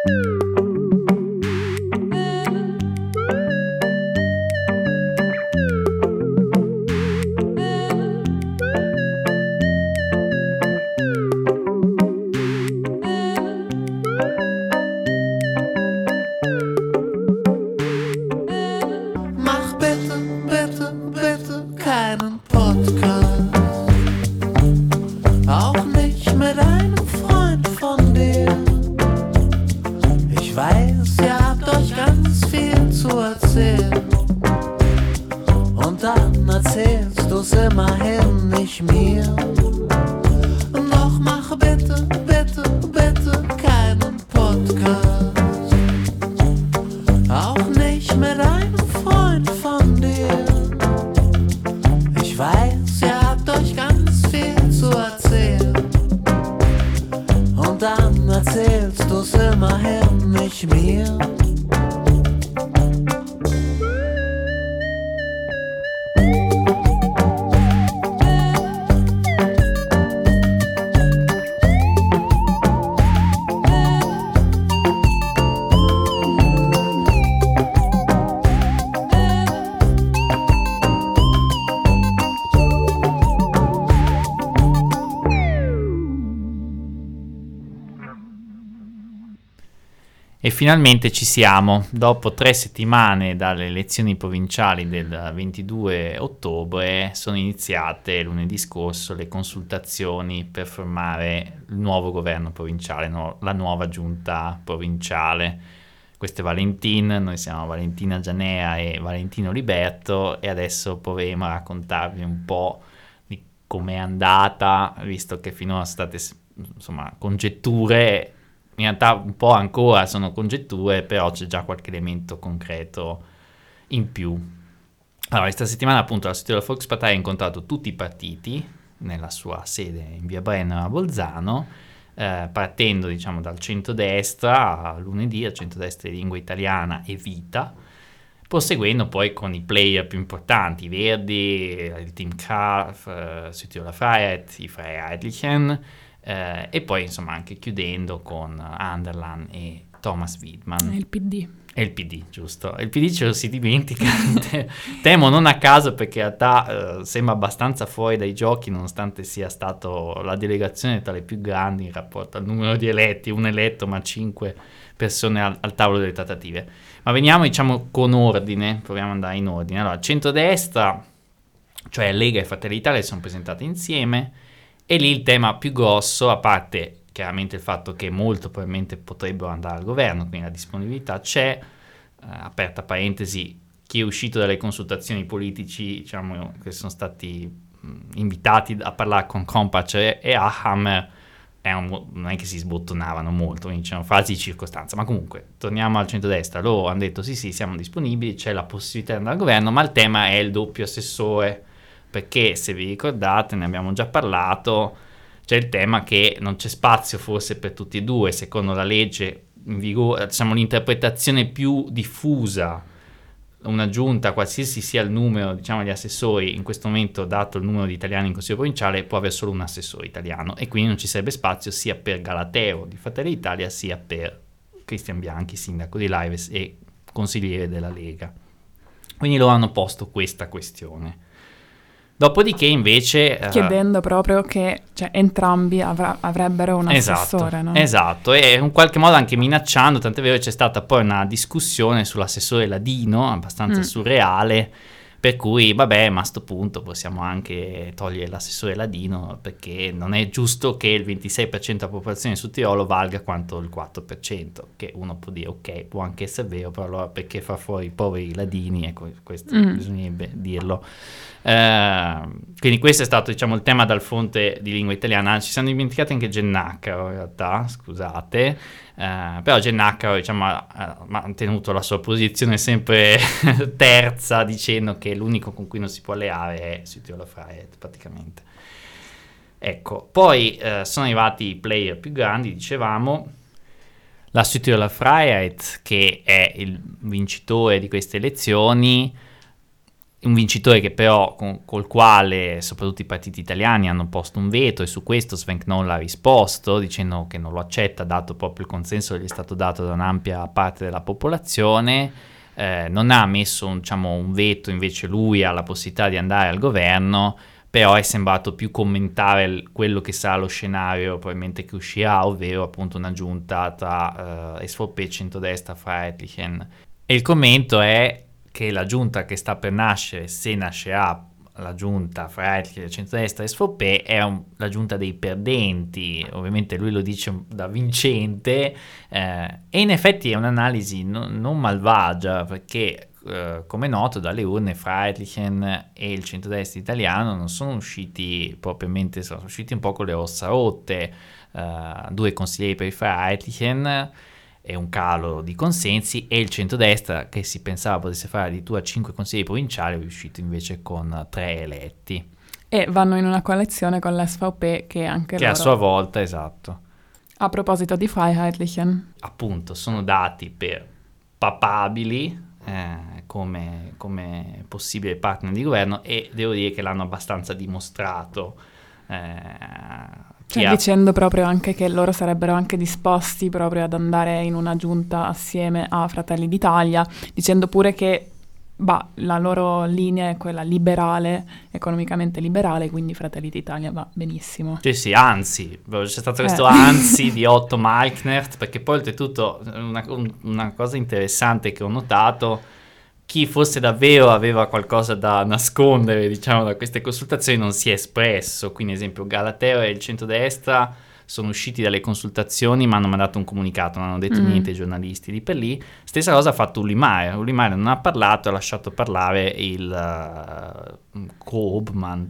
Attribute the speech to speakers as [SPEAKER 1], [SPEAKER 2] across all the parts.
[SPEAKER 1] E finalmente ci siamo, dopo 3 settimane dalle elezioni provinciali del 22 ottobre sono iniziate lunedì scorso le consultazioni per formare il nuovo governo provinciale, la nuova giunta provinciale. Questo è Valentin, noi siamo Valentina Gianea e Valentino Liberto e adesso proveremo a raccontarvi un po' di com'è andata, visto che finora sono state congetture. In realtà un po' ancora sono congetture, però c'è già qualche elemento concreto in più. Allora, questa settimana appunto la Südtiroler Volkspartei ha incontrato tutti i partiti nella sua sede in via Brenner a Bolzano, partendo dal centrodestra lunedì, al centrodestra di lingua italiana e Vita, proseguendo poi con i player più importanti, i Verdi, il Team Kraf, Südtiroler Freiheit, i Freiheitlichen, e poi anche chiudendo con Anderlan e Thomas Widmann.
[SPEAKER 2] Il PD.
[SPEAKER 1] E il PD, giusto. Il PD ce lo si dimentica, temo non a caso, perché in realtà sembra abbastanza fuori dai giochi, nonostante sia stato la delegazione tra le più grandi in rapporto al numero di eletti, un eletto ma 5 persone al tavolo delle trattative. Ma veniamo con ordine, proviamo ad andare in ordine. Allora, centrodestra, cioè Lega e Fratelli d'Italia, sono presentati insieme. E lì il tema più grosso, a parte chiaramente il fatto che molto probabilmente potrebbero andare al governo, quindi la disponibilità c'è, aperta parentesi, chi è uscito dalle consultazioni politici, che sono stati invitati a parlare con Kompatsch e Ahammer, non è che si sbottonavano molto, quindi c'erano frasi di circostanza, ma comunque torniamo al centrodestra, loro hanno detto sì siamo disponibili, c'è la possibilità di andare al governo, ma il tema è il doppio assessore, perché se vi ricordate, ne abbiamo già parlato, c'è il tema che non c'è spazio forse per tutti e due, secondo la legge in vigore, l'interpretazione più diffusa, una giunta, qualsiasi sia il numero di assessori, in questo momento dato il numero di italiani in Consiglio provinciale, può avere solo un assessore italiano e quindi non ci sarebbe spazio sia per Galateo di Fratelli d'Italia sia per Cristian Bianchi, sindaco di Laives e consigliere della Lega. Quindi loro hanno posto questa questione. Dopodiché invece
[SPEAKER 2] chiedendo proprio che entrambi avrebbero un assessore, no?
[SPEAKER 1] Esatto, e in qualche modo anche minacciando, tant'è vero che c'è stata poi una discussione sull'assessore Ladino abbastanza surreale, per cui vabbè, ma a sto punto possiamo anche togliere l'assessore Ladino, perché non è giusto che il 26% della popolazione su Tirolo valga quanto il 4%, che uno può dire ok, può anche essere vero, però allora perché fa fuori i poveri Ladini? Ecco, questo bisognerebbe dirlo. Quindi questo è stato il tema dal fronte di lingua italiana. Ci siamo dimenticati anche Gennaccaro in realtà, scusate, però Gennaccaro ha mantenuto la sua posizione sempre terza, dicendo che l'unico con cui non si può alleare è Südtiroler Freiheit praticamente. Ecco, poi sono arrivati i player più grandi, dicevamo, la Südtiroler Freiheit, che è il vincitore di queste elezioni, un vincitore che però col quale soprattutto i partiti italiani hanno posto un veto, e su questo Sven Knoll ha risposto dicendo che non lo accetta, dato proprio il consenso che gli è stato dato da un'ampia parte della popolazione. Non ha messo un veto, invece lui ha la possibilità di andare al governo, però è sembrato più commentare quello che sarà lo scenario probabilmente che uscirà, ovvero appunto una giunta tra SVP e centrodestra Freiheitlichen. E il commento è che la giunta che sta per nascere, se nascerà la giunta Freiheitlichen, centrodestra e SVP, è la giunta dei perdenti. Ovviamente lui lo dice da vincente, e in effetti è un'analisi non malvagia, perché come è noto dalle urne Freiheitlichen e il centrodestra italiano non sono usciti propriamente, sono usciti un po' con le ossa rotte. 2 consiglieri per i Freiheitlichen e un calo di consensi, e il centrodestra, che si pensava potesse fare addirittura 5 consiglieri provinciali, è riuscito invece con 3 eletti.
[SPEAKER 2] E vanno in una coalizione con l'SVP che anche loro...
[SPEAKER 1] a sua volta, esatto.
[SPEAKER 2] A proposito di Freiheitlichen.
[SPEAKER 1] Appunto, sono dati per papabili come possibile partner di governo, e devo dire che l'hanno abbastanza dimostrato.
[SPEAKER 2] Dicendo proprio anche che loro sarebbero anche disposti proprio ad andare in una giunta assieme a Fratelli d'Italia, dicendo pure che la loro linea è quella liberale, economicamente liberale, quindi Fratelli d'Italia va benissimo.
[SPEAKER 1] Sì, anzi, c'è stato questo anzi di Otto Malknert, perché poi oltretutto una cosa interessante che ho notato: chi forse davvero aveva qualcosa da nascondere, da queste consultazioni, non si è espresso. Quindi, ad esempio, Galateo e il centrodestra sono usciti dalle consultazioni, ma hanno mandato un comunicato, non hanno detto niente ai giornalisti lì per lì. Stessa cosa ha fatto Ullimayer non ha parlato, ha lasciato parlare il co-obman,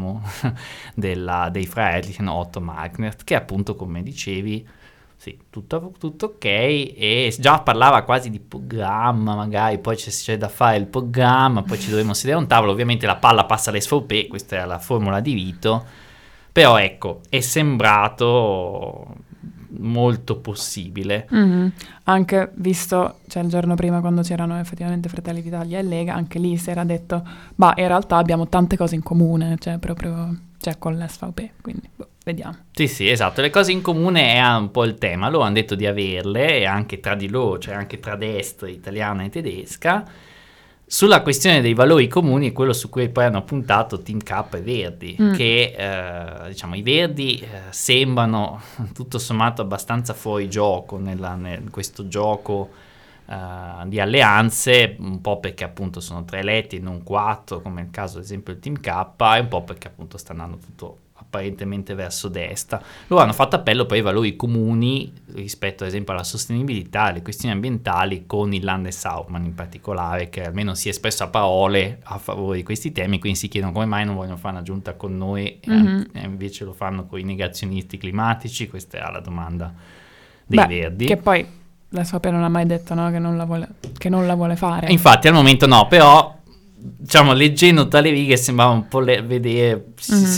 [SPEAKER 1] dei Freiheitlichen, Otto Malknert, che appunto, come dicevi, sì, tutto ok, e già parlava quasi di programma, magari poi c'è da fare il programma, poi ci dovremo sedere a un tavolo. Ovviamente la palla passa all'SVP, questa è la formula di Vito, però ecco, è sembrato molto possibile.
[SPEAKER 2] Anche visto, il giorno prima, quando c'erano effettivamente Fratelli d'Italia e Lega, anche lì si era detto, in realtà abbiamo tante cose in comune, con l'SVP, quindi vediamo.
[SPEAKER 1] Sì, esatto, le cose in comune è un po' il tema. Loro hanno detto di averle, e anche tra di loro, anche tra destra italiana e tedesca. Sulla questione dei valori comuni è quello su cui poi hanno puntato Team K e Verdi, che i Verdi sembrano tutto sommato abbastanza fuori gioco in questo gioco di alleanze, un po' perché appunto sono 3 eletti e non 4, come nel caso ad esempio del Team K, e un po' perché appunto sta andando tutto apparentemente verso destra. Loro hanno fatto appello per i valori comuni rispetto ad esempio alla sostenibilità, alle questioni ambientali, con il Landeshauptmann in particolare, che almeno si è espresso a parole a favore di questi temi. Quindi si chiedono come mai non vogliono fare una giunta con noi e invece lo fanno con i negazionisti climatici. Questa è la domanda dei Verdi,
[SPEAKER 2] che poi la SVP non ha mai detto che non la vuole fare.
[SPEAKER 1] Infatti al momento no, però leggendo tra le righe sembrava un po' vedere,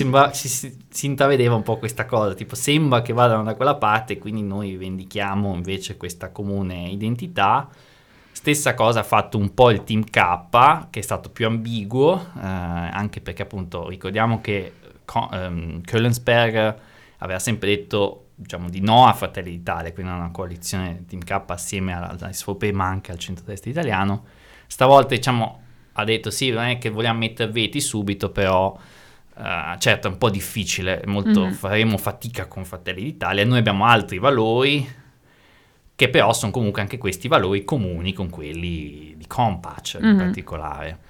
[SPEAKER 1] si intravedeva un po' questa cosa, tipo sembra che vadano da quella parte, quindi noi rivendichiamo invece questa comune identità. Stessa cosa ha fatto un po' il Team K, che è stato più ambiguo, anche perché appunto ricordiamo che Koellensperger aveva sempre detto di no a Fratelli d'Italia, quindi una coalizione Team K assieme alla SVP, ma anche al centrodestra italiano. Stavolta ha detto sì, non è che vogliamo mettere veti subito, però certo è un po' difficile, faremo fatica con Fratelli d'Italia. Noi abbiamo altri valori, che però sono comunque anche questi valori comuni con quelli di Kompatsch in particolare.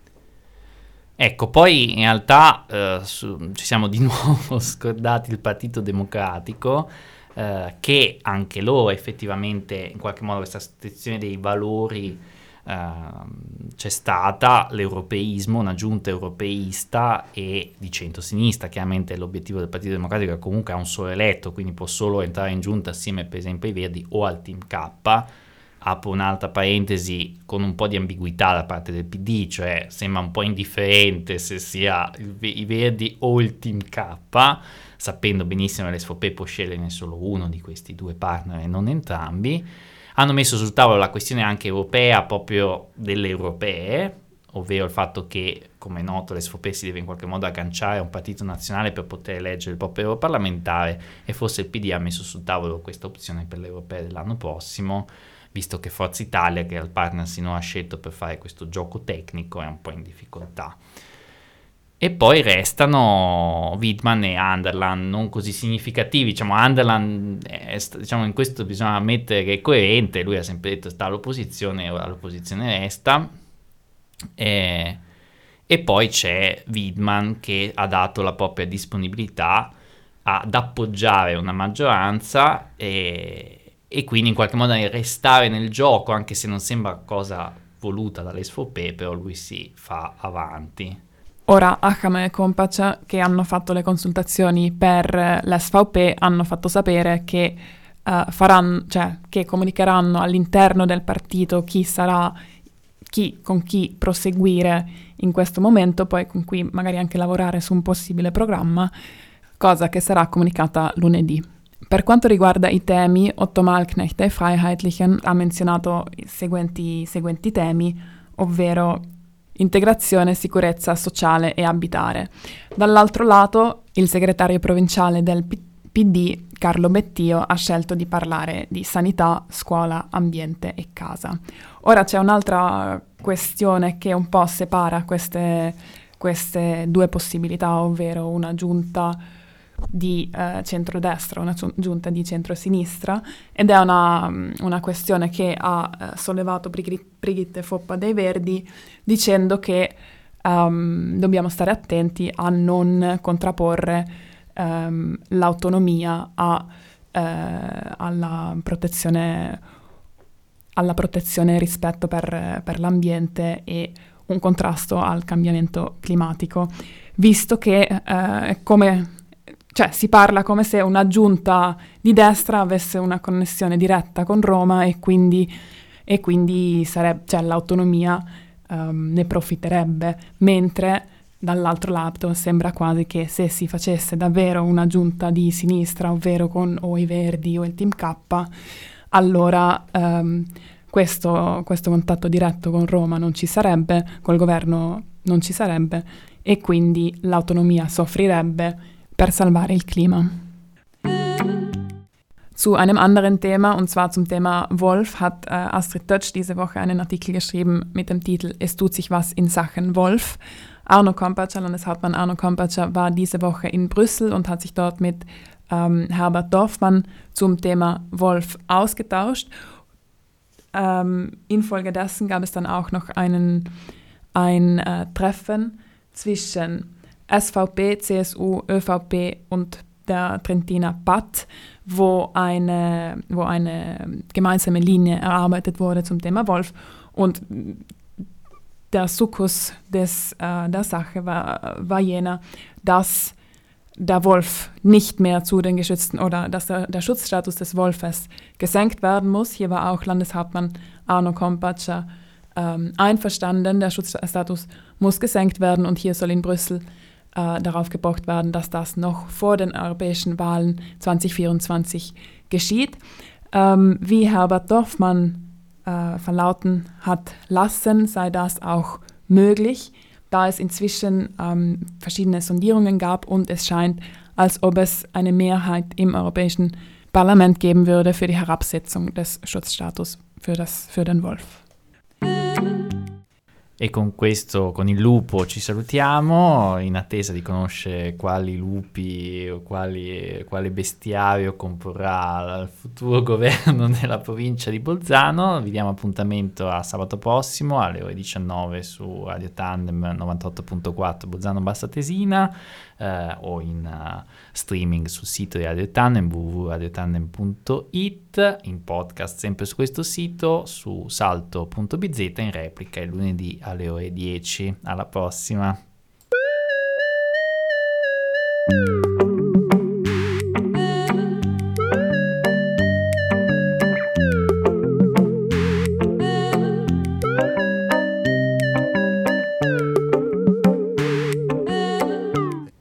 [SPEAKER 1] Ecco, poi in realtà ci siamo di nuovo scordati il Partito Democratico, che anche loro effettivamente in qualche modo questa sezione dei valori c'è stata, l'europeismo, una giunta europeista e di centrosinistra. Chiaramente l'obiettivo del Partito Democratico è comunque ha un solo eletto, quindi può solo entrare in giunta assieme per esempio ai Verdi o al Team K. Apro un'altra parentesi con un po' di ambiguità da parte del PD, cioè sembra un po' indifferente se sia i Verdi o il Team K, sapendo benissimo che l'SVP può sceglierne solo uno di questi 2 partner e non entrambi. Hanno messo sul tavolo la questione anche europea, proprio delle europee, ovvero il fatto che, come è noto, l'SVP si deve in qualche modo agganciare a un partito nazionale per poter eleggere il proprio europarlamentare, e forse il PD ha messo sul tavolo questa opzione per le europee dell'anno prossimo, visto che Forza Italia, che è il partner sinora scelto per fare questo gioco tecnico, è un po' in difficoltà. E poi restano Widmann e Anderland, non così significativi. Diciamo, Anderland, diciamo, in questo bisogna ammettere che è coerente, lui ha sempre detto sta all'opposizione, ora all'opposizione resta. E poi c'è Widmann, che ha dato la propria disponibilità ad appoggiare una maggioranza e quindi in qualche modo restare nel gioco, anche se non sembra cosa voluta dall'SVP, però lui si fa avanti.
[SPEAKER 2] Ora Acham e Kompatscher, che hanno fatto le consultazioni per l'SVP, hanno fatto sapere che che comunicheranno all'interno del partito chi sarà, con chi proseguire in questo momento, poi con cui magari anche lavorare su un possibile programma, cosa che sarà comunicata lunedì. Per quanto riguarda i temi, Otto Malknecht dei Freiheitlichen ha menzionato i seguenti temi, ovvero integrazione, sicurezza sociale e abitare. Dall'altro lato, il segretario provinciale del PD, Carlo Bettio, ha scelto di parlare di sanità, scuola, ambiente e casa. Ora c'è un'altra questione che un po' separa queste due possibilità, ovvero una giunta di centrodestra, una giunta di centrosinistra, ed è una questione che ha sollevato Brigitte Foppa dei Verdi, dicendo che dobbiamo stare attenti a non contrapporre l'autonomia alla protezione rispetto per l'ambiente e un contrasto al cambiamento climatico, visto che si parla come se una giunta di destra avesse una connessione diretta con Roma e quindi l'autonomia ne profiterebbe, mentre dall'altro lato sembra quasi che se si facesse davvero una giunta di sinistra, ovvero con o i Verdi o il Team K, allora questo contatto diretto con Roma non ci sarebbe, col governo non ci sarebbe, e quindi l'autonomia soffrirebbe per salvare il Klima. Zu einem anderen Thema, und zwar zum Thema Wolf, hat Astrid Tötsch diese Woche einen Artikel geschrieben mit dem Titel Es tut sich was in Sachen Wolf. Landeshauptmann Arno Kompatscher war diese Woche in Brüssel und hat sich dort mit Herbert Dorfmann zum Thema Wolf ausgetauscht. Infolgedessen gab es dann auch noch ein Treffen zwischen SVP, CSU, ÖVP und der Trentiner PAT, wo eine gemeinsame Linie erarbeitet wurde zum Thema Wolf. Und der Sukkus der Sache war jener, dass der Wolf nicht mehr zu den geschützten oder dass der Schutzstatus des Wolfes gesenkt werden muss. Hier war auch Landeshauptmann Arno Kompatscher einverstanden, der Schutzstatus muss gesenkt werden, und hier soll in Brüssel darauf gepocht werden, dass das noch vor den europäischen Wahlen 2024 geschieht. Wie Herbert Dorfmann verlauten hat lassen, sei das auch möglich, da es inzwischen verschiedene Sondierungen gab und es scheint, als ob es eine Mehrheit im Europäischen Parlament geben würde für die Herabsetzung des Schutzstatus für den Wolf.
[SPEAKER 1] E con questo, con il lupo, ci salutiamo, in attesa di conoscere quali lupi o quale bestiario comporrà il futuro governo della provincia di Bolzano. Vi diamo appuntamento a sabato prossimo alle ore 19 su Radio Tandem 98.4 Bolzano Bassa Tesina, o in streaming sul sito di Radio Tandem www.radiotandem.it, in podcast sempre su questo sito, su salto.bz, in replica il lunedì alle ore 10. Alla prossima.